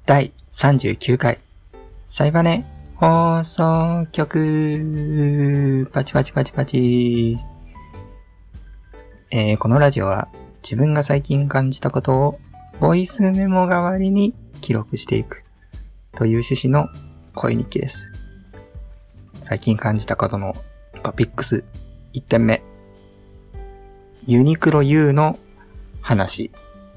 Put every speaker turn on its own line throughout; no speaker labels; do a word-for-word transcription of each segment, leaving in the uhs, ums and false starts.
だいさんじゅうきゅうかいサイバネ放送局パチパチパチパチ、えー、このラジオは自分が最近感じたことをボイスメモ代わりに記録していくという趣旨の声日記です。最近感じたことのトピックスいってんめ、ユニクロ U の話。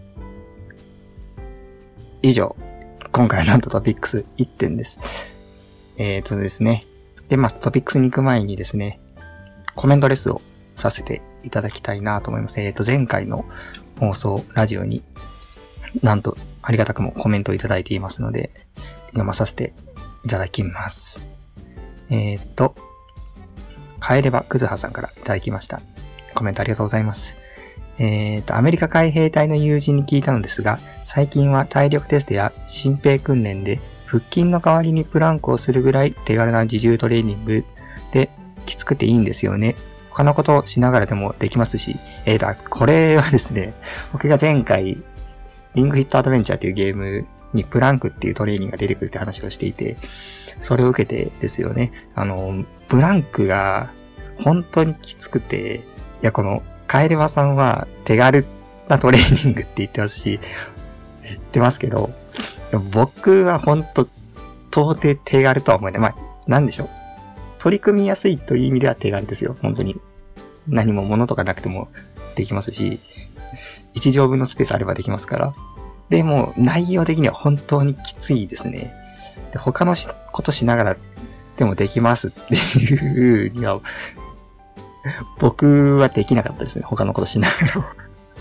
以上、今回のトピックスいってんです。えーとですね。で、まあ、トピックスに行く前にですね、コメントレスをさせていただきたいなと思います。えーと、前回の放送、ラジオに、なんと、ありがたくもコメントをいただいていますので、読まさせていただきます。えーと、帰ればくずはさんからいただきました。コメントありがとうございます。えーと、アメリカ海兵隊の友人に聞いたのですが、最近は体力テストや心肺訓練で腹筋の代わりにプランクをするぐらい手軽な自重トレーニングできつくていいんですよね。他のことをしながらでもできますし、えーと、これはですね、僕が前回、リングフィットアドベンチャーというゲームにプランクっていうトレーニングが出てくるって話をしていて、それを受けてですよね、あの、プランクが本当にきつくて、いや、この、カエレバさんは手軽なトレーニングって言ってますし、言ってますけど、僕は本当、到底手軽とは思えない。まあ、なんでしょう。取り組みやすいという意味では手軽ですよ。本当に。何も物とかなくてもできますし、一畳分のスペースあればできますから。でも、内容的には本当にきついですね。で、他のことしながらでもできますっていうには、僕はできなかったですね。他のことしながら。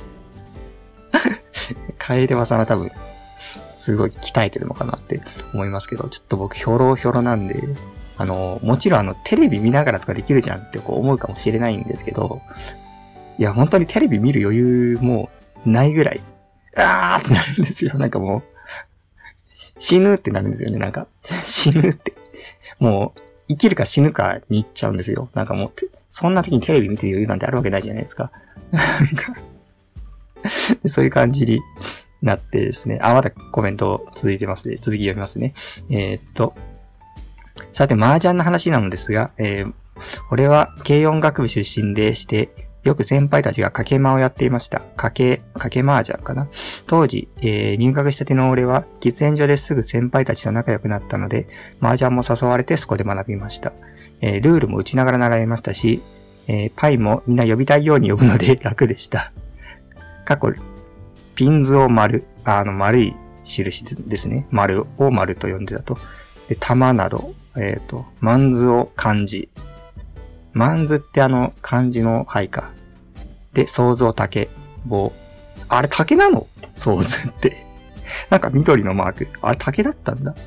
カエレバさんは多分、すごい鍛えてるのかなって思いますけど、ちょっと僕、ひょろひょろなんで、あの、もちろんあの、テレビ見ながらとかできるじゃんってこう思うかもしれないんですけど、いや、本当にテレビ見る余裕もないぐらい、あーってなるんですよ。なんかもう、死ぬってなるんですよね。なんか、死ぬって。もう、生きるか死ぬかに行っちゃうんですよ。なんかもう、そんな時にテレビ見てる余裕なんてあるわけないじゃないですか。なんかそういう感じになってですね。あ、まだコメント続いてますね。続き読みますね。えー、っと。さて、麻雀の話なのですが、えー、俺は軽音楽部出身でして、よく先輩たちが掛け間をやっていました。掛け、掛け麻雀かな。当時、えー、入学したての俺は、喫煙所ですぐ先輩たちと仲良くなったので、麻雀も誘われてそこで学びました。えー、ルールも打ちながら習いましたし、えー、パイもみんな呼びたいように呼ぶので楽でした。過去、ピンズを丸、あの丸い印ですね。丸を丸と呼んでたと。で、玉など、えっと、マンズを漢字。マンズってあの漢字の牌か。で、創造竹、棒。あれ竹なの？創造って。なんか緑のマーク。あれ竹だったんだ。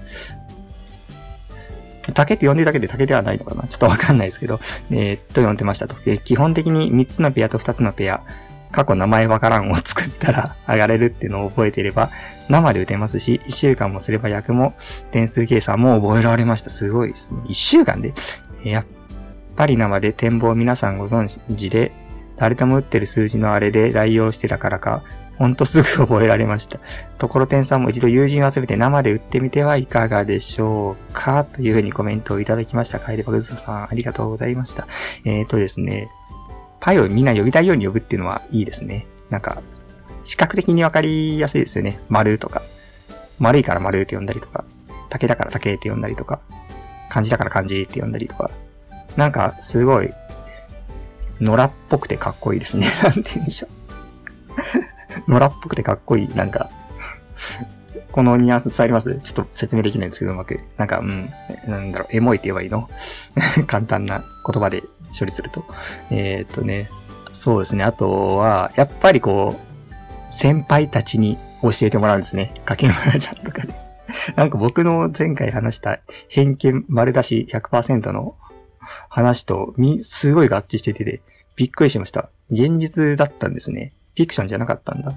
竹って呼んでるだけで竹ではないのかなちょっとわかんないですけど、えー、っと呼んでましたと。で、基本的にみっつのペアとふたつのペア、過去名前わからんを作ったら上がれるっていうのを覚えていれば、生で打てますし、いっしゅうかんもすれば役も点数計算も覚えられました。すごいですね。いっしゅうかんで。やっぱり生で展望皆さんご存知で、誰でも打ってる数字のあれで代用してたからか、ほんとすぐ覚えられました。ところてんさんも一度友人を集めて生で打ってみてはいかがでしょうかというふうにコメントをいただきました。カエレバグズさん、ありがとうございました。えーとですね、パイをみんな呼びたいように呼ぶっていうのはいいですね。なんか、視覚的にわかりやすいですよね。丸とか。丸いから丸って呼んだりとか、竹だから竹って呼んだりとか、漢字だから漢字って呼んだりとか。なんか、すごい、野良っぽくてかっこいいですね。なんて言うんでしょう。野良っぽくてかっこいい。なんか、このニュアンス伝わります？ちょっと説明できないんですけど、うまく。なんか、うん、なんだろう、エモいって言えばいいの簡単な言葉で処理すると。えーっとね、そうですね。あとは、やっぱりこう、先輩たちに教えてもらうんですね。かけまらちゃんとかで。なんか僕の前回話した偏見丸出し ひゃくパーセント の話とみ、すごい合致しててで、びっくりしました。現実だったんですね。フィクションじゃなかったんだ。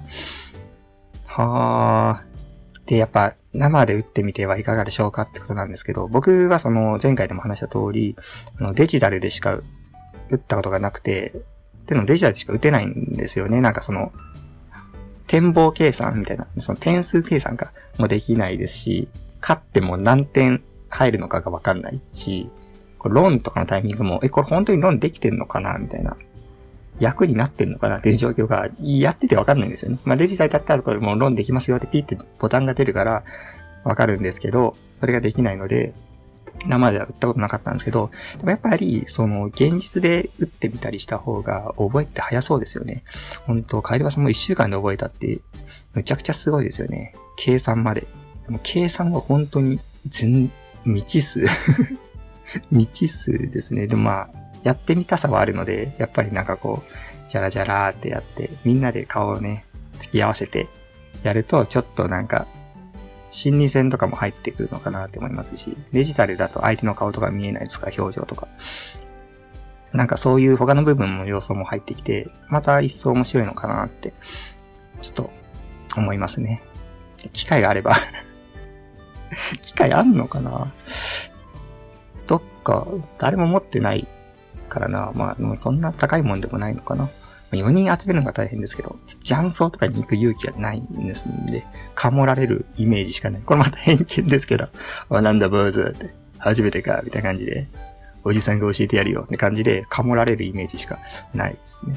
はー。で、やっぱ生で打ってみてはいかがでしょうかってことなんですけど、僕はその前回でも話した通り、あのデジタルでしか打ったことがなくて、でもデジタルでしか打てないんですよね。なんかその、 展望計算みたいな、その点数計算かもできないですし、勝っても何点入るのかがわかんないし、これローンとかのタイミングも、え、これ本当にローンできてんのかなみたいな。役になってんのかなっていう状況が、やっててわかんないんですよね。まあデジタルだったらこれもうローンできますよってピーってボタンが出るからわかるんですけど、それができないので、生では打ったことなかったんですけど、でもやっぱり、その、現実で打ってみたりした方が、覚えって早そうですよね。本当カエルバさんも一週間で覚えたって、むちゃくちゃすごいですよね。計算まで。でも計算は本当に、全、未知数。未知数ですね。でもまあ、やってみたさはあるので、やっぱりなんかこう、ジャラジャラーってやって、みんなで顔をね、突き合わせて、やると、ちょっとなんか、心理戦とかも入ってくるのかなって思いますし、デジタルだと相手の顔とか見えないですか、表情とか。なんかそういう他の部分の要素も入ってきて、また一層面白いのかなって、ちょっと思いますね。機会があれば。機会あんのかな？どっか、誰も持ってないからな。まあ、そんな高いもんでもないのかな。よにん集めるのが大変ですけど、雀荘とかに行く勇気がないんですんで、かもられるイメージしかない。これまた偏見ですけど、あ、なんだ坊主って、初めてか、みたいな感じで、おじさんが教えてやるよって感じで、かもられるイメージしかないですね。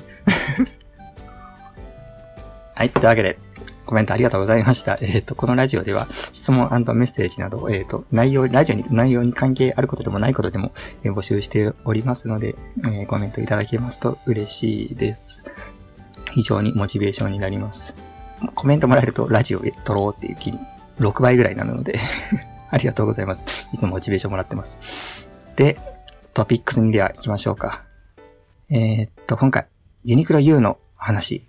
はい、というわけで、コメントありがとうございました。えっと、このラジオでは質問&メッセージなど、えっと、内容、ラジオに、内容に関係あることでもないことでも、えー、募集しておりますので、えー、コメントいただけますと嬉しいです。非常にモチベーションになります。コメントもらえるとラジオ撮ろうっていう気にろくばいぐらいなので、ありがとうございます。いつもモチベーションもらってます。で、トピックスにでは行きましょうか。えー、っと、今回、ユニクロ U の話。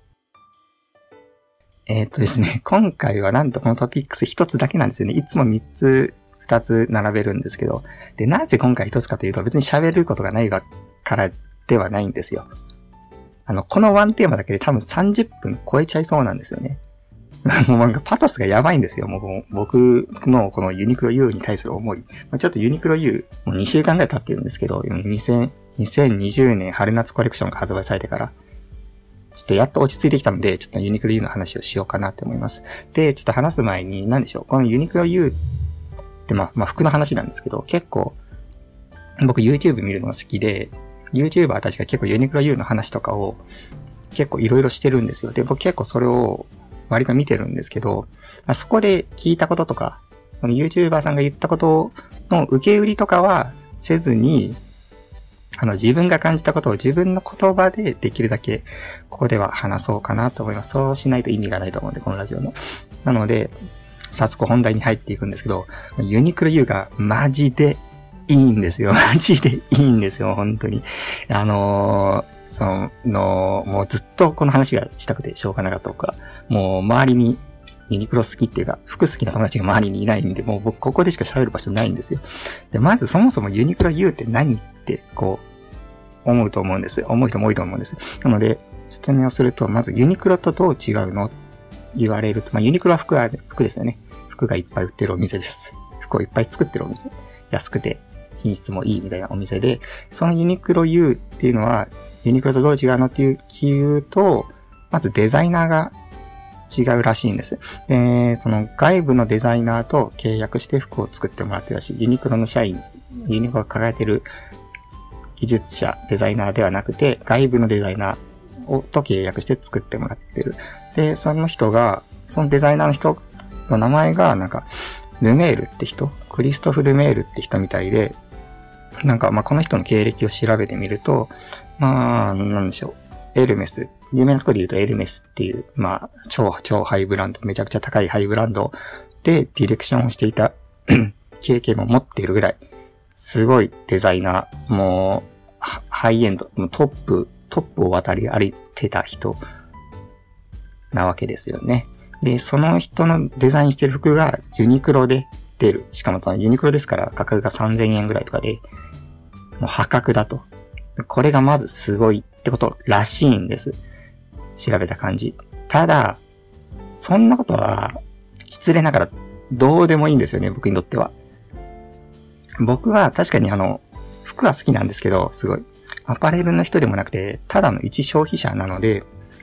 えー、っとですね、今回はなんとこのトピックス一つだけなんですよね。いつもみっつ、ふたつ並べるんですけど。で、なぜ今回一つかというと、別に喋ることがないからではないんですよ。あの、このワンテーマだけで多分さんじゅっぷん超えちゃいそうなんですよね。もうなんかパトスがやばいんですよ。もう僕のこのユニクロ U に対する思い。ちょっとユニクロ U、もうにしゅうかんぐらい経ってるんですけど、にせんにじゅうねん春夏コレクションが発売されてから、ちょっとやっと落ち着いてきたので、ちょっとユニクロ U の話をしようかなって思います。で、ちょっと話す前に、何でしょう。このユニクロ U ってまあ、まあ服の話なんですけど、結構、僕 YouTube 見るのが好きで、YouTuber たちが結構ユニクロ U の話とかを結構いろいろしてるんですよ。で、僕結構それを割と見てるんですけど、まあ、そこで聞いたこととか、その YouTuber さんが言ったことの受け売りとかはせずに、あの、自分が感じたことを自分の言葉でできるだけ、ここでは話そうかなと思います。そうしないと意味がないと思うんで、このラジオの。なので、早速本題に入っていくんですけど、ユニクロ U がマジでいいんですよ。マジでいいんですよ、本当に。あのー、その、もうずっとこの話がしたくてしょうがなかったとか、もう周りにユニクロ好きっていうか、服好きな友達が周りにいないんで、もう僕ここでしか喋る場所ないんですよ。で、まずそもそもユニクロ U って何ってこう、思うと思うんです。思う人も多いと思うんです。なので、説明をすると、まずユニクロとどう違うの言われると、まあユニクロは服は、服ですよね。服がいっぱい売ってるお店です。服をいっぱい作ってるお店。安くて品質もいいみたいなお店で、そのユニクロ U っていうのは、ユニクロとどう違うのっていう言うと、まずデザイナーが違うらしいんです。で、その外部のデザイナーと契約して服を作ってもらってるらしい。ユニクロの社員、ユニクロが抱えてる技術者、デザイナーではなくて、外部のデザイナーをと契約して作ってもらってる。で、その人が、そのデザイナーの人の名前が、なんか、ルメールって人、クリストフ・ルメールって人みたいで、なんか、まあ、この人の経歴を調べてみると、まあ、なんでしょう。エルメス。有名なところで言うとエルメスっていう、まあ、超、超ハイブランド、めちゃくちゃ高いハイブランドでディレクションをしていた経験も持っているぐらい、すごいデザイナー、もう、ハイエンド、トップ、トップを渡り歩いてた人なわけですよね。で、その人のデザインしてる服がユニクロで出る。しかもユニクロですから価格がさんぜんえんぐらいとかで、もう破格だと。これがまずすごいってことらしいんです。調べた感じ。ただ、そんなことは失礼ながらどうでもいいんですよね、僕にとっては。僕は確かにあの、服は好きなんですけど、すごい。アパレルの人でもなくて、ただの一消費者なので、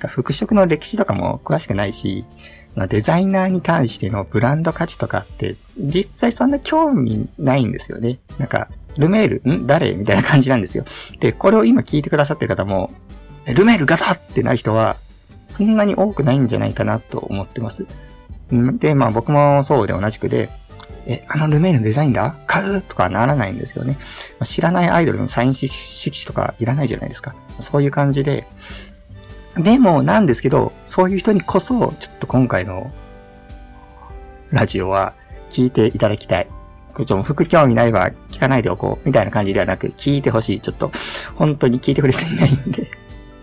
服飾の歴史とかも詳しくないし、デザイナーに対してのブランド価値とかって、実際そんな興味ないんですよね。なんか、ルメール、ん誰みたいな感じなんですよ。で、これを今聞いてくださってる方も、ルメールガタってなる人は、そんなに多くないんじゃないかなと思ってます。で、まあ僕もそうで同じくで、え、あのルメールのデザインだ買うとかならないんですよね。知らないアイドルのサイン色紙とかいらないじゃないですか。そういう感じで。でもなんですけど、そういう人にこそ、ちょっと今回のラジオは聞いていただきたい。これちょっと服興味ないわ、聞かないでおこう、みたいな感じではなく、聞いてほしい。ちょっと、本当に聞いてくれていないんで。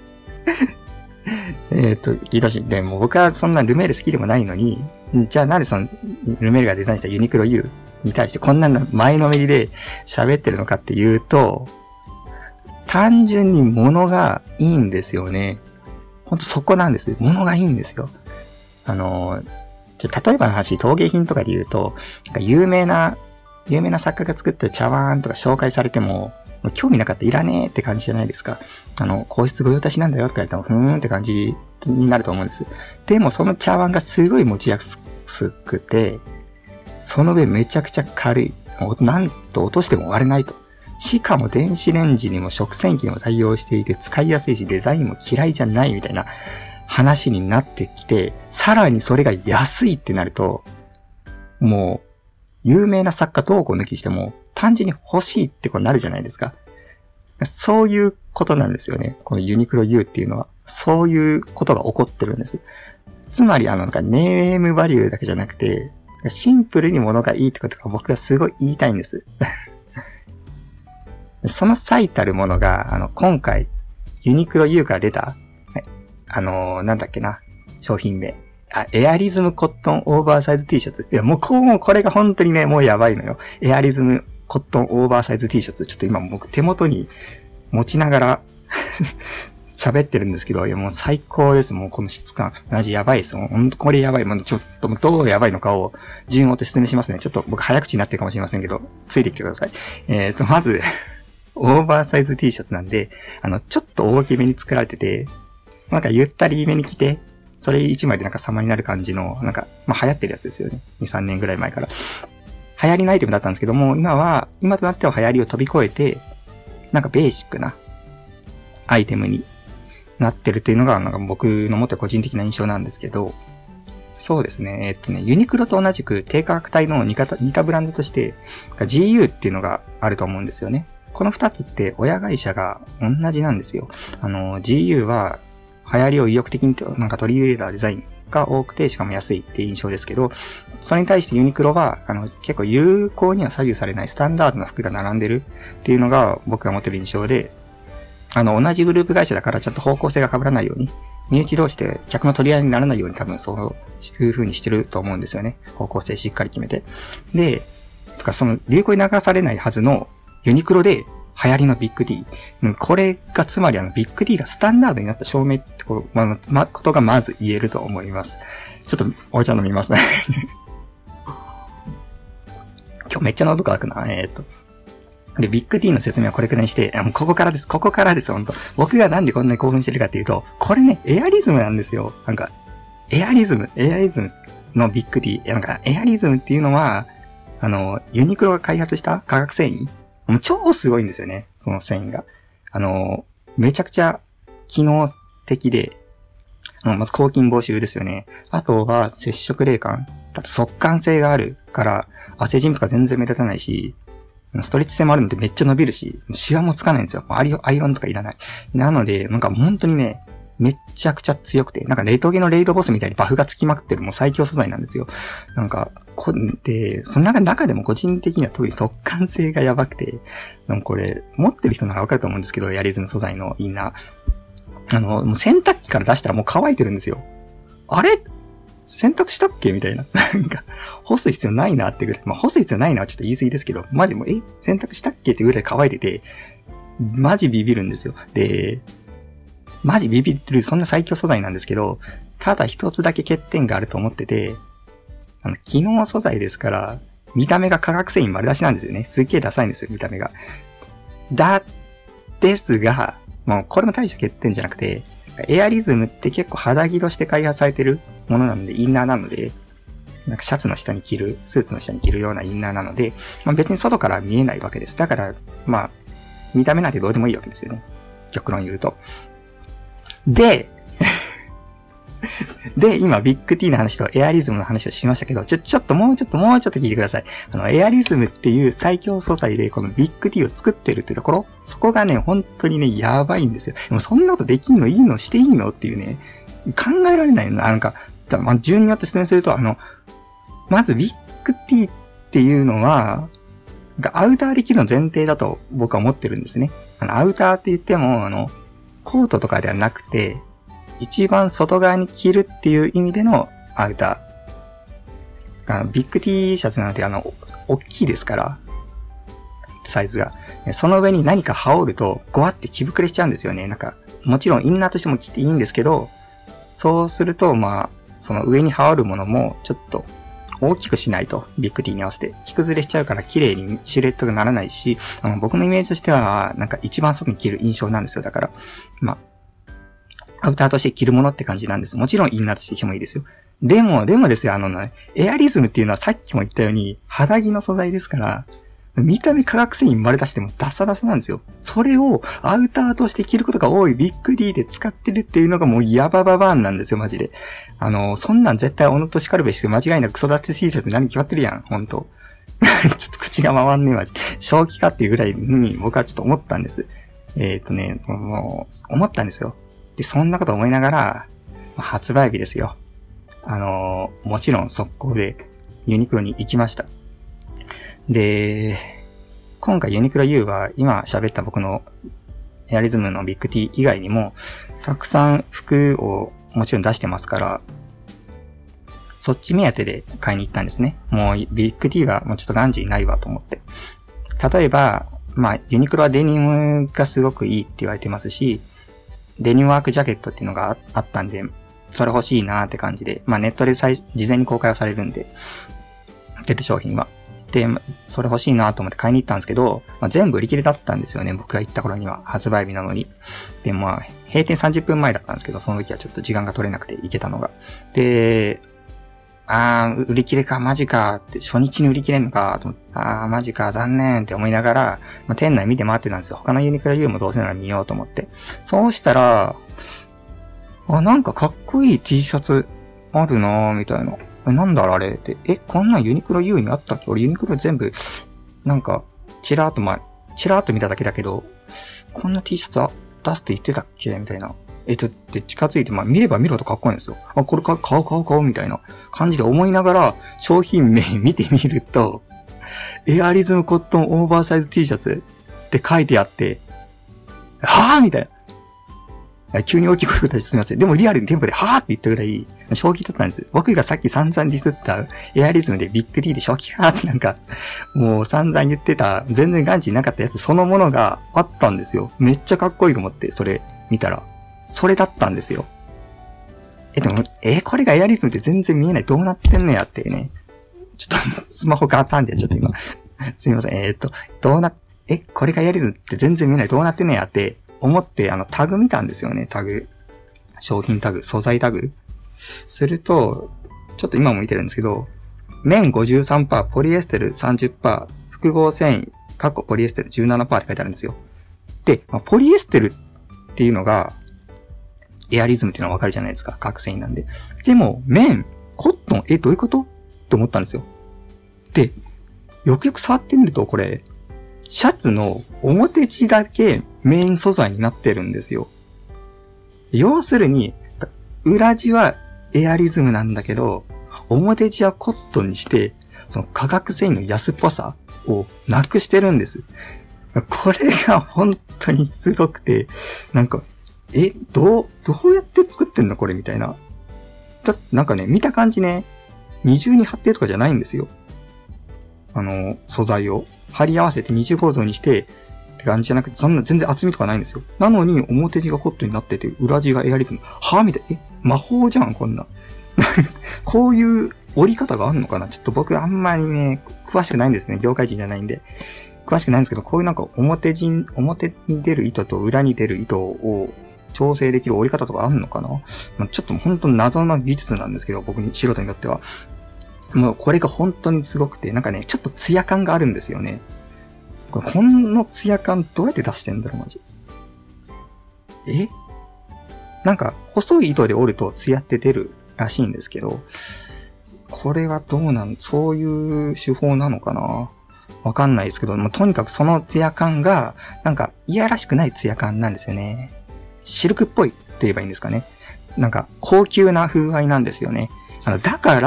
えっと、聞いてほしい。でも僕はそんなルメール好きでもないのに、じゃあなんでその、ルメールがデザインしたユニクロ U に対してこんな前のめりで喋ってるのかっていうと、単純に物がいいんですよね。ほんとそこなんです。物がいいんですよ。あの、じゃ例えばの話、陶芸品とかで言うと、なんか有名な、有名な作家が作った茶碗とか紹介されても、興味なかったらいらねえって感じじゃないですか。あの、皇室御用達なんだよとか言ったら、ふーんって感じになると思うんです。でもその茶碗がすごい持ちやすくて、その上めちゃくちゃ軽い。なんと落としても割れないと。しかも電子レンジにも食洗機にも対応していて使いやすいしデザインも嫌いじゃないみたいな話になってきて、さらにそれが安いってなると、もう有名な作家どうこう抜きしても単純に欲しいってことになるじゃないですか。そういうことなんですよね。このユニクロ U っていうのは。そういうことが起こってるんです。つまりあのなんかネームバリューだけじゃなくて、シンプルに物がいいってことが僕はすごい言いたいんです。その最たるものが、あの、今回、ユニクロ U から出た、あのー、なんだっけな、商品名。あ、エアリズムコットンオーバーサイズ T シャツ。いや、もうこう、もうこれが本当にね、もうやばいのよ。エアリズムコットンオーバーサイズ T シャツ。ちょっと今僕手元に持ちながら喋ってるんですけど、いや、もう最高です。もうこの質感。マジやばいです。もうほんとこれやばい。もうちょっと、どうやばいのかを順を追って説明しますね。ちょっと僕早口になってるかもしれませんけど、ついてきてください。えーと、まず、オーバーサイズ T シャツなんで、あの、ちょっと大きめに作られてて、なんかゆったりめに着て、それ一枚でなんか様になる感じの、なんか、まあ流行ってるやつですよね。に、さんねんぐらい前から。流行りのアイテムだったんですけども、今は、今となっては流行りを飛び越えて、なんかベーシックなアイテムになってるっていうのが、なんか僕のもっと個人的な印象なんですけど、そうですね。えっとね、ユニクロと同じく低価格帯の似た、似たブランドとして、ジーユー っていうのがあると思うんですよね。この二つって親会社が同じなんですよ。あの、ジーユー は流行りを意欲的になんか取り入れたデザインが多くて、しかも安いっていう印象ですけど、それに対してユニクロは、あの、結構有効には左右されないスタンダードな服が並んでるっていうのが僕が持ってる印象で、あの、同じグループ会社だからちゃんと方向性が被らないように、身内同士で客の取り合いにならないように多分そういう風にしてると思うんですよね。方向性しっかり決めて。で、とかその流行に流されないはずのユニクロで流行りのビッグ D。これがつまりあのビッグ D がスタンダードになった証明ってこと、まあ、ことがまず言えると思います。ちょっとお茶飲みますね。今日めっちゃ喉乾くな。えーっと。で、ビッグ D の説明はこれくらいにして、もうここからです。ここからです、ほんと。僕がなんでこんなに興奮してるかっていうと、これね、エアリズムなんですよ。なんか、エアリズム、エアリズムのビッグ D。なんか、エアリズムっていうのは、あの、ユニクロが開発した化学繊維。もう超すごいんですよね、その繊維が。あの、めちゃくちゃ機能的で、あのまず抗菌防止ですよね。あとは接触冷感。だと速乾性があるから、汗じみとか全然目立たないし、ストレッチ性もあるのでめっちゃ伸びるし、シワもつかないんですよ。アイロンとかいらない。なので、なんか本当にね、めっちゃくちゃ強くて、なんかレトゲのレイドボスみたいにバフがつきまくってるもう最強素材なんですよ。なんか、こで、その中中でも個人的には特に速乾性がやばくて、なんかこれ、持ってる人ならわかると思うんですけど、エアリズム素材のインナー。あの、もう洗濯機から出したらもう乾いてるんですよ。あれ洗濯したっけみたいな。なんか、干す必要ないなってぐらい。まあ、干す必要ないなはちょっと言い過ぎですけど、マジもう、え洗濯したっけってぐらい乾いてて、マジビビるんですよ。で、マジビビる、そんな最強素材なんですけど、ただ一つだけ欠点があると思ってて、あの、機能素材ですから、見た目が化学繊維丸出しなんですよね。すっげえダサいんですよ、見た目が。だ、ですが、もうこれも大した欠点じゃなくて、 エアリズムって結構肌着として開発されてるものなので、インナーなので、なんかシャツの下に着る、スーツの下に着るようなインナーなので、まあ、別に外から見えないわけです。だから、まあ、見た目なんてどうでもいいわけですよね。極論言うと。で、で、今、ビッグ T の話とエアリズムの話をしましたけど、ちょ、ちょっともうちょっともうちょっと聞いてください。あの、エアリズムっていう最強素材でこのビッグ T を作ってるってところ、そこがね、本当にね、やばいんですよ。でもそんなことできんのいいのしていいのっていうね、考えられないの。なんか、まあ、順によって説明すると、あの、まずビッグ T っていうのは、アウターできるの前提だと僕は思ってるんですね。あの、アウターって言っても、あの、コートとかではなくて、一番外側に着るっていう意味でのアウター。あのビッグ T シャツなんてあの、大きいですから、サイズが。その上に何か羽織ると、ゴワって着膨れしちゃうんですよね。なんか、もちろんインナーとしても着ていいんですけど、そうすると、まあ、その上に羽織るものも、ちょっと、大きくしないと、ビッグ T に合わせて。着崩れしちゃうから綺麗にシルエットがならないし、あの僕のイメージとしては、なんか一番外に着る印象なんですよ。だから、まあ、アウターとして着るものって感じなんです。もちろんインナーとして着てもいいですよ。でも、でもですよ、あのね、エアリズムっていうのはさっきも言ったように、肌着の素材ですから、見た目化学繊維丸出してもダサダサなんですよ。それをアウターとして着ることが多いビッグ D で使ってるっていうのがもうヤバババーンなんですよ、マジで。あの、そんなん絶対おのとしかるべしで間違いなくクソダッチ T シャツ何決まってるやん、ほんと。ちょっと口が回んねえマジ。正気かっていうぐらいに僕はちょっと思ったんです。えっとね、もう、思ったんですよ。で、そんなこと思いながら、発売日ですよ。あの、もちろん速攻でユニクロに行きました。で、今回ユニクロ U は今喋った僕のエアリズムのビッグ T 以外にもたくさん服をもちろん出してますから、そっち目当てで買いに行ったんですね。もうビッグ T はもうちょっとガンジーないわと思って。例えば、まあユニクロはデニムがすごくいいって言われてますし、デニムワークジャケットっていうのが あ, あったんで、それ欲しいなーって感じで、まあネットで最事前に公開をされるんで、出る商品は。で、それ欲しいなと思って買いに行ったんですけど、まあ、全部売り切れだったんですよね。僕が行った頃には、発売日なのに。で、まあ、閉店さんじゅっぷんまえだったんですけど、その時はちょっと時間が取れなくて行けたのが。で、あー、売り切れか、マジかって、初日に売り切れんのか、と思って、あー、マジか、残念って思いながら、まあ、店内見て回ってたんですよ。他のユニクロ U もどうせなら見ようと思って。そうしたら、あ、なんかかっこいい T シャツあるなー、みたいな。え、なんだあれって。え、こんなんユニクロ U にあったっけ？俺ユニクロ全部、なんか、チラーっとま、チラーっと見ただけだけど、こんな T シャツあ出すって言ってたっけみたいな。えっと、で、近づいて、まあ、見れば見るほどかっこいいんですよ。あ、これ買う、買う、買う、買う、みたいな感じで思いながら、商品名見てみると、エアリズムコットンオーバーサイズ T シャツって書いてあって、はぁみたいな。急に大きく声出してすみません。でもリアルにテンポではぁって言ったぐらい、正気だったんです。僕がさっき散々ディスったエアリズムでビッグ D で正気かーってなんか、もう散々言ってた、全然ガンジーなかったやつそのものがあったんですよ。めっちゃかっこいいと思って、それ見たら。それだったんですよ。え、でも、え、これがエアリズムって全然見えない。どうなってんのやってね。ちょっとスマホガタンでちょっと今。すみません。えー、っと、どうな、え、これがエアリズムって全然見えない。どうなってんのやって。思って、あの、タグ見たんですよね、タグ。商品タグ、素材タグ。すると、ちょっと今も見てるんですけど、綿 ごじゅうさんパーセント、ポリエステル さんじゅっパーセント、複合繊維、過去ポリエステル じゅうななパーセント って書いてあるんですよ。で、まあ、ポリエステルっていうのが、エアリズムっていうのはわかるじゃないですか。化学繊維なんで。でも、綿、コットン、え、どういうことって思ったんですよ。で、よくよく触ってみると、これ、シャツの表地だけ綿素材になってるんですよ。要するに、裏地はエアリズムなんだけど、表地はコットンにして、その化学繊維の安っぽさをなくしてるんです。これが本当にすごくて、なんか、え、どう、どうやって作ってんのこれみたいな。だなんかね、見た感じね、二重に貼ってるとかじゃないんですよ。あの、素材を。貼り合わせて二重構造にしてって感じじゃなくて、そんな全然厚みとかないんですよ。なのに表地がコットンになってて、裏地がエアリズム。はぁみたいな。え、魔法じゃん、こんな。こういう折り方があるのかな？ちょっと僕あんまりね、詳しくないんですね。業界人じゃないんで。詳しくないんですけど、こういうなんか表地、表に出る糸と裏に出る糸を調整できる折り方とかあるのかな、まあ、ちょっと本当に謎の技術なんですけど、僕に、素人にとっては。もうこれが本当にすごくて、なんかね、ちょっとツヤ感があるんですよね。これ、このツヤ感どうやって出してんだろう、マジ。えなんか、細い糸で折るとツヤって出るらしいんですけど、これはどうなん、そういう手法なのかなわかんないですけど、もうとにかくそのツヤ感が、なんか、いやらしくないツヤ感なんですよね。シルクっぽいって言えばいいんですかね。なんか、高級な風合いなんですよね。あの、だから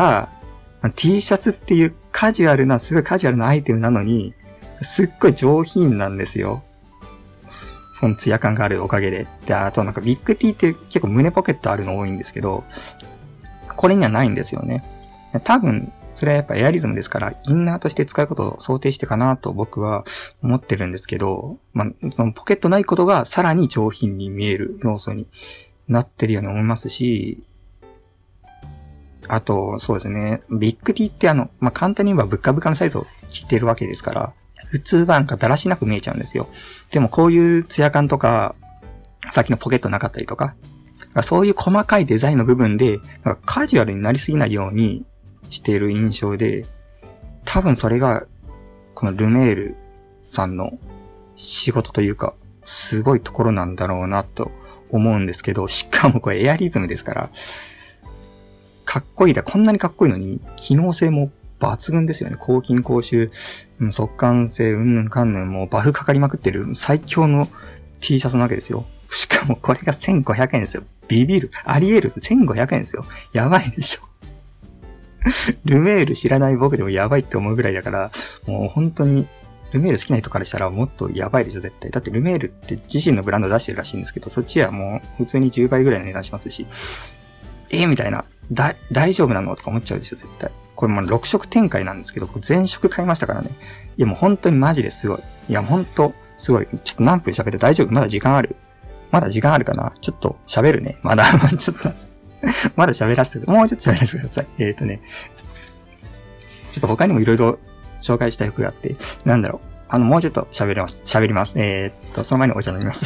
、T シャツっていうカジュアルな、すごいカジュアルなアイテムなのに、すっごい上品なんですよ。そのツヤ感があるおかげで。で、あとなんかビッグ T って結構胸ポケットあるの多いんですけど、これにはないんですよね。多分、それはやっぱエアリズムですから、インナーとして使うことを想定してかなと僕は思ってるんですけど、まあ、そのポケットないことがさらに上品に見える要素になってるように思いますし、あと、そうですね。ビッグ T ってあの、まあ、簡単に言えばブッカブカのサイズを着てるわけですから、普通はなんかだらしなく見えちゃうんですよ。でもこういうツヤ感とか、さっきのポケットなかったりとか、そういう細かいデザインの部分で、なんかカジュアルになりすぎないようにしている印象で、多分それが、このルメールさんの仕事というか、すごいところなんだろうなと思うんですけど、しかもこれエアリズムですから、かっこいいだ、こんなにかっこいいのに、機能性も抜群ですよね。抗菌抗臭、速乾性、うんぬんかんぬん、もうバフかかりまくってる最強の T シャツなわけですよ。しかもこれがせんごひゃくえんですよ。ビビる。あり得る。せんごひゃくえんですよ。やばいでしょ。ルメール知らない僕でもやばいって思うぐらいだから、もう本当に、ルメール好きな人からしたらもっとやばいでしょ、絶対。だってルメールって自身のブランド出してるらしいんですけど、そっちはもう普通にじゅうばいぐらいの値段しますし、えー、みたいな。だ、大丈夫なのとか思っちゃうでしょ、絶対。これもうろく色展開なんですけど、全色買いましたからね。いやもう本当にマジですごい。いや本当すごい。ちょっと何分喋って大丈夫？まだ時間ある？まだ時間あるかな？ちょっと喋るね。まだ、ちょっと、まだ喋らせて、もうちょっと喋らせてください。えーとね。ちょっと他にもいろいろ紹介したい服があって、なんだろう。あの、もうちょっと喋ります。喋ります。えーっと、その前にお茶飲みます。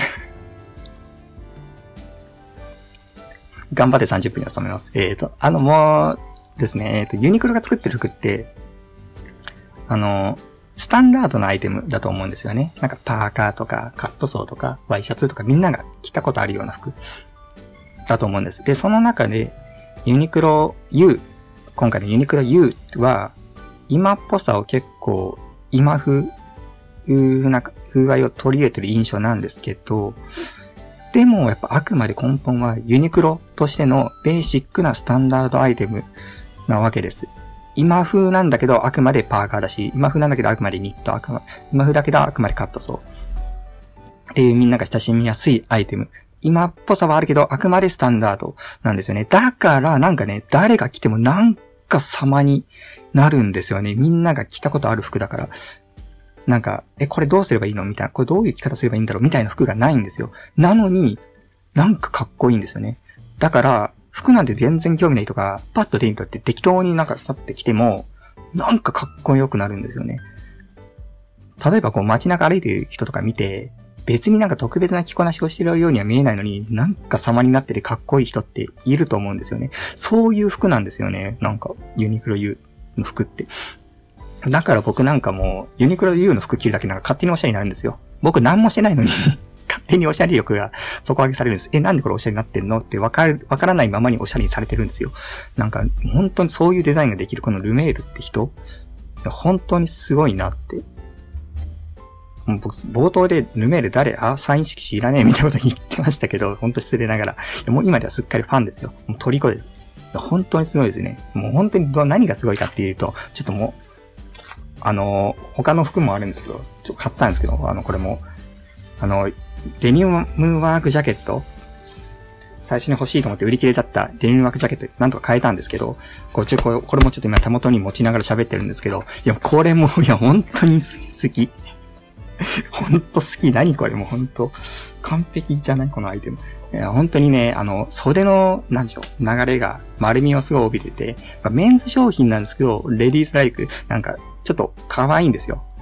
頑張ってさんじゅっぷんに収めます。えーと、あの、もうですね、えーと、ユニクロが作ってる服って、あの、スタンダードなアイテムだと思うんですよね。なんかパーカーとかカットソーとかワイシャツとかみんなが着たことあるような服だと思うんです。で、その中でユニクロ U、今回のユニクロ U は今っぽさを結構今風な風合いを取り入れてる印象なんですけど、でもやっぱあくまで根本はユニクロとしてのベーシックなスタンダードアイテムなわけです。今風なんだけどあくまでパーカーだし、今風なんだけどあくまでニット、あくま、今風だけどあくまでカットソー。っていうみんなが親しみやすいアイテム。今っぽさはあるけどあくまでスタンダードなんですよね。だからなんかね、誰が着てもなんか様になるんですよね。みんなが着たことある服だから。なんか、え、これどうすればいいのみたいな。これどういう着方すればいいんだろうみたいな服がないんですよ。なのに、なんかかっこいいんですよね。だから、服なんて全然興味ない人が、パッと手に取って適当になんかパッて着ても、なんかかっこよくなるんですよね。例えばこう街中歩いてる人とか見て、別になんか特別な着こなしをしてるようには見えないのに、なんか様になっててかっこいい人っていると思うんですよね。そういう服なんですよね。なんか、ユニクロ U の服って。だから僕なんかもう、ユニクロ U の服着るだけなんか勝手におしゃれになるんですよ。僕何もしてないのに、勝手におしゃれ力が底上げされるんです。え、なんでこれおしゃれになってんのってわかる、わからないままにおしゃれにされてるんですよ。なんか、本当にそういうデザインができるこのルメールって人、本当にすごいなって。もう僕、冒頭でルメール誰あ、サイン色紙いらねえみたいなこと言ってましたけど、本当失礼ながら。もう今ではすっかりファンですよ。もう虜です。本当にすごいですね。もう本当に何がすごいかっていうと、ちょっともう、あの、他の服もあるんですけど、ちょっと買ったんですけど、あの、これも、あの、デニムワークジャケット、最初に欲しいと思って売り切れだったデニムワークジャケット、なんとか買えたんですけど、こっち、これもちょっと今手元に持ちながら喋ってるんですけど、いや、これも、いや、本当に好き。本当好き。何これもう本当、完璧じゃないこのアイテム。いや、本当にね、あの、袖の、なんでしょう、流れが丸みをすごい帯びてて、メンズ商品なんですけど、レディースライク、なんか、ちょっと可愛いんですよ。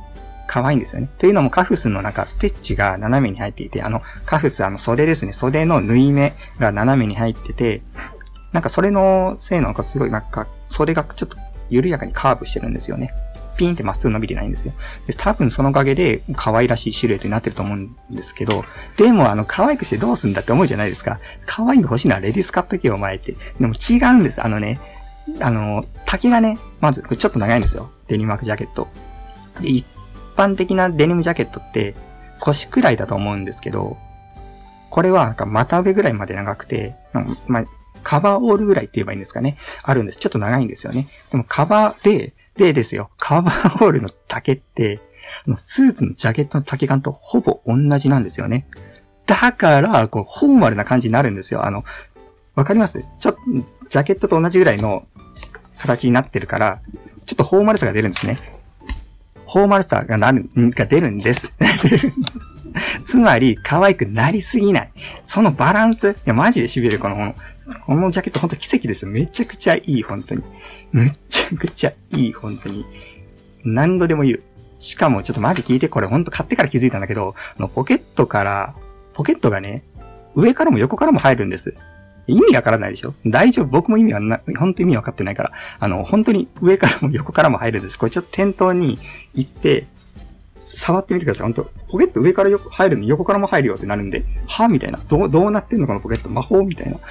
可愛いんですよね。というのもカフスの中、ステッチが斜めに入っていて、あの、カフス、あの袖ですね。袖の縫い目が斜めに入ってて、なんかそれのせいなのかすごいなんか、袖がちょっと緩やかにカーブしてるんですよね。ピーンってまっすぐ伸びてないんですよ。で、多分そのおかげで可愛らしいシルエットになってると思うんですけど、でもあの、可愛くしてどうすんだって思うじゃないですか。可愛いの欲しいのはレディースカット系お前って。でも違うんです。あのね、あの、丈がね、まず、これちょっと長いんですよ。デニムワークジャケット。で、一般的なデニムジャケットって腰くらいだと思うんですけど、これはなんか股上ぐらいまで長くて、まあ、カバーオールぐらいって言えばいいんですかね。あるんです。ちょっと長いんですよね。でもカバーで、でですよ、カバーオールの丈って、あのスーツのジャケットの丈感とほぼ同じなんですよね。だから、こう、フォーマルな感じになるんですよ。あの、わかります？ちょっと、ジャケットと同じぐらいの形になってるから、ちょっとフォーマルさが出るんですね。フォーマルさがなる、が出るんです。出るんです。つまり、可愛くなりすぎない。そのバランス、いや、マジで痺れる、この、このジャケットほんと奇跡ですよ。めちゃくちゃいい、本当に。めちゃくちゃいい、本当に。何度でも言う。しかも、ちょっとマジ聞いて、これほんと買ってから気づいたんだけど、あの、ポケットから、ポケットがね、上からも横からも入るんです。意味わからないでしょ？大丈夫。僕も意味はな、本当に意味わかってないから。あの、本当に上からも横からも入るんです。これちょっと店頭に行って、触ってみてください。本当ポケット上からよ入るの横からも入るよってなるんで、はみたいな。どう、どうなってんのこのポケット。魔法みたいな。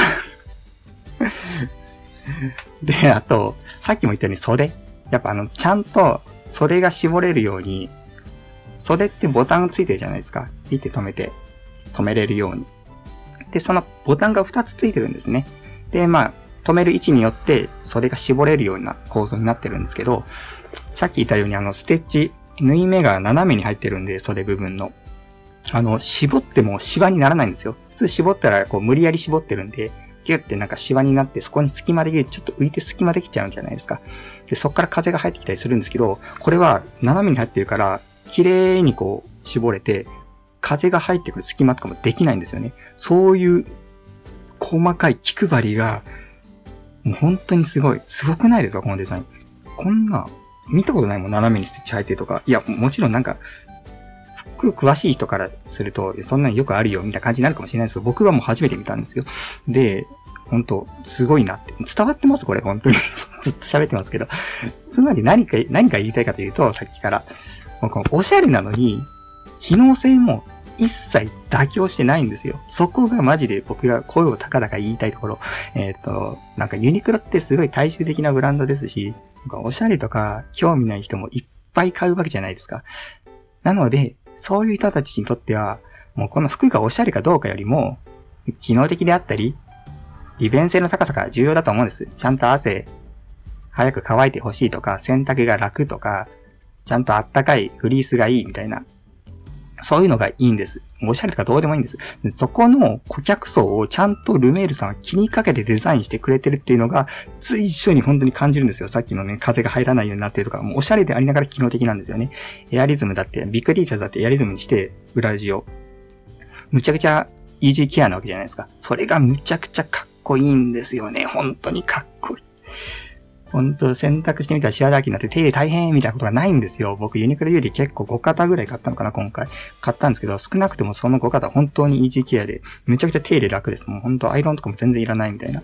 で、あと、さっきも言ったように袖。やっぱあの、ちゃんと袖が絞れるように、袖ってボタンついてるじゃないですか。ピッて止めて、止めれるように。で、そのボタンがふたつついてるんですね。で、まあ、止める位置によって袖が絞れるような構造になってるんですけど、さっき言ったようにあの、ステッチ、縫い目が斜めに入ってるんで、袖部分の。あの、絞ってもシワにならないんですよ。普通絞ったらこう無理やり絞ってるんで、ギュッてなんかシワになってそこに隙間でちょっと浮いて隙間できちゃうんじゃないですか。で、そこから風が入ってきたりするんですけど、これは斜めに入ってるから、綺麗にこう絞れて、風が入ってくる隙間とかもできないんですよね。そういう細かい気配りが、もう本当にすごい。すごくないですかこのデザイン。こんな、見たことないもん、斜めにステッチ入ってるとか。いや、もちろんなんか、服詳しい人からすると、そんなによくあるよ、みたいな感じになるかもしれないですけど、僕はもう初めて見たんですよ。で、本当すごいなって。伝わってますこれ、本当に。ずっと喋ってますけど。つまり何か、何か言いたいかというと、さっきから、このおしゃれなのに、機能性も一切妥協してないんですよ。そこがマジで僕が声を高々言いたいところ。えっと、なんかユニクロってすごい大衆的なブランドですし、なんかおしゃれとか興味ない人もいっぱい買うわけじゃないですか。なので、そういう人たちにとっては、もうこの服がおしゃれかどうかよりも、機能的であったり、利便性の高さが重要だと思うんです。ちゃんと汗、早く乾いてほしいとか、洗濯が楽とか、ちゃんとあったかいフリースがいいみたいな。そういうのがいいんです。おしゃれとかどうでもいいんです。でそこの顧客層をちゃんとルメールさんは気にかけてデザインしてくれてるっていうのが、随所に本当に感じるんですよ。さっきのね、風が入らないようになってるとか、もうおしゃれでありながら機能的なんですよね。エアリズムだって、ビッグ T シャツだってエアリズムにして、裏地を。むちゃくちゃイージーケアなわけじゃないですか。それがむちゃくちゃかっこいいんですよね。本当にかっこいい。本当洗濯してみたらシワだらけになって手入れ大変みたいなことがないんですよ。僕ユニクロより結構ご型ぐらい買ったのかな今回。買ったんですけど、少なくてもそのご型本当にイージーケアで、めちゃくちゃ手入れ楽です。もう本当アイロンとかも全然いらないみたいな。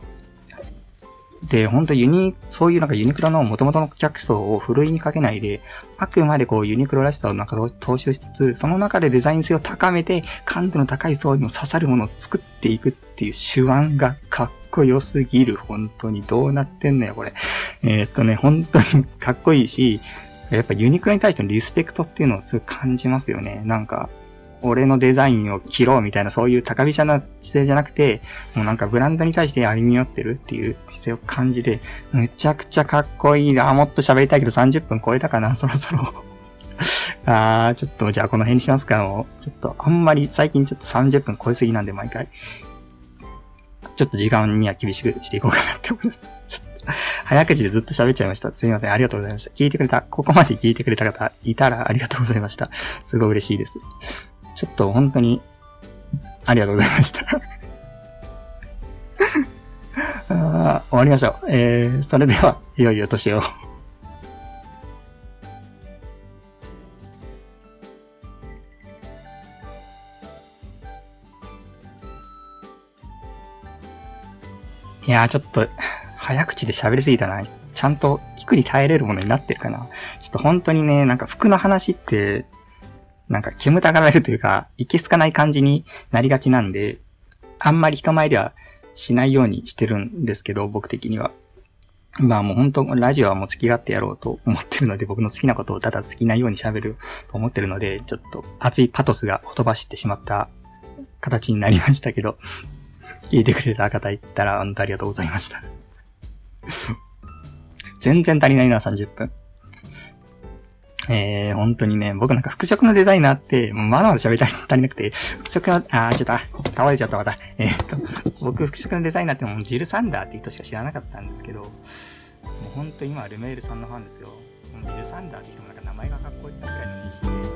で、本当ユニ、そういうなんかユニクロの元々の客層をふるいにかけないで、あくまでこうユニクロらしさをなんか踏襲しつつ、その中でデザイン性を高めて、感度の高い層にも刺さるものを作っていくっていう手腕がかっこよすぎる。本当にどうなってんのよ、これ。えー、っとね、本当にかっこいいし、やっぱユニクロに対してのリスペクトっていうのをすごい感じますよね。なんか、俺のデザインを切ろうみたいなそういう高飛車な姿勢じゃなくて、もうなんかブランドに対して歩み寄ってるっていう姿勢を感じて、むちゃくちゃかっこいいな。もっと喋りたいけどさんじゅっぷん超えたかな、そろそろ。あー、ちょっとじゃあこの辺にしますか。もうちょっとあんまり最近ちょっとさんじゅっぷん超えすぎなんで毎回。ちょっと時間には厳しくしていこうかなって思います。ちょっと早口でずっと喋っちゃいました。すいません。ありがとうございました。聞いてくれた、ここまで聞いてくれた方いたらありがとうございました。すごい嬉しいです。ちょっと本当にありがとうございました。あ終わりましょう。えー、それでは、いよいよ年を。 いやーちょっと、早口で喋りすぎたな。ちゃんと聞くに耐えれるものになってるかな。ちょっと本当にね、なんか服の話って、なんか煙たがられるというか、いけすかない感じになりがちなんで、あんまり人前ではしないようにしてるんですけど、僕的には。まあもう本当、ラジオはもう好き勝手やろうと思ってるので、僕の好きなことをただ好きなように喋ると思ってるので、ちょっと熱いパトスがほとばしってしまった形になりましたけど、聞いてくれた方いたら本当ありがとうございました。全然足りないな、さんじゅっぷん。えー、本当にね、僕なんか服飾のデザイナーって、もうまだまだ喋り足りなくて、服飾の、あー、ちょっと、倒れちゃったまた。えーっと、僕服飾のデザイナーってもうジル・サンダーって人しか知らなかったんですけど、もう本当今はルメールさんのファンですよ。そのジル・サンダーって人もなんか名前がかっこいいくらいの認識で、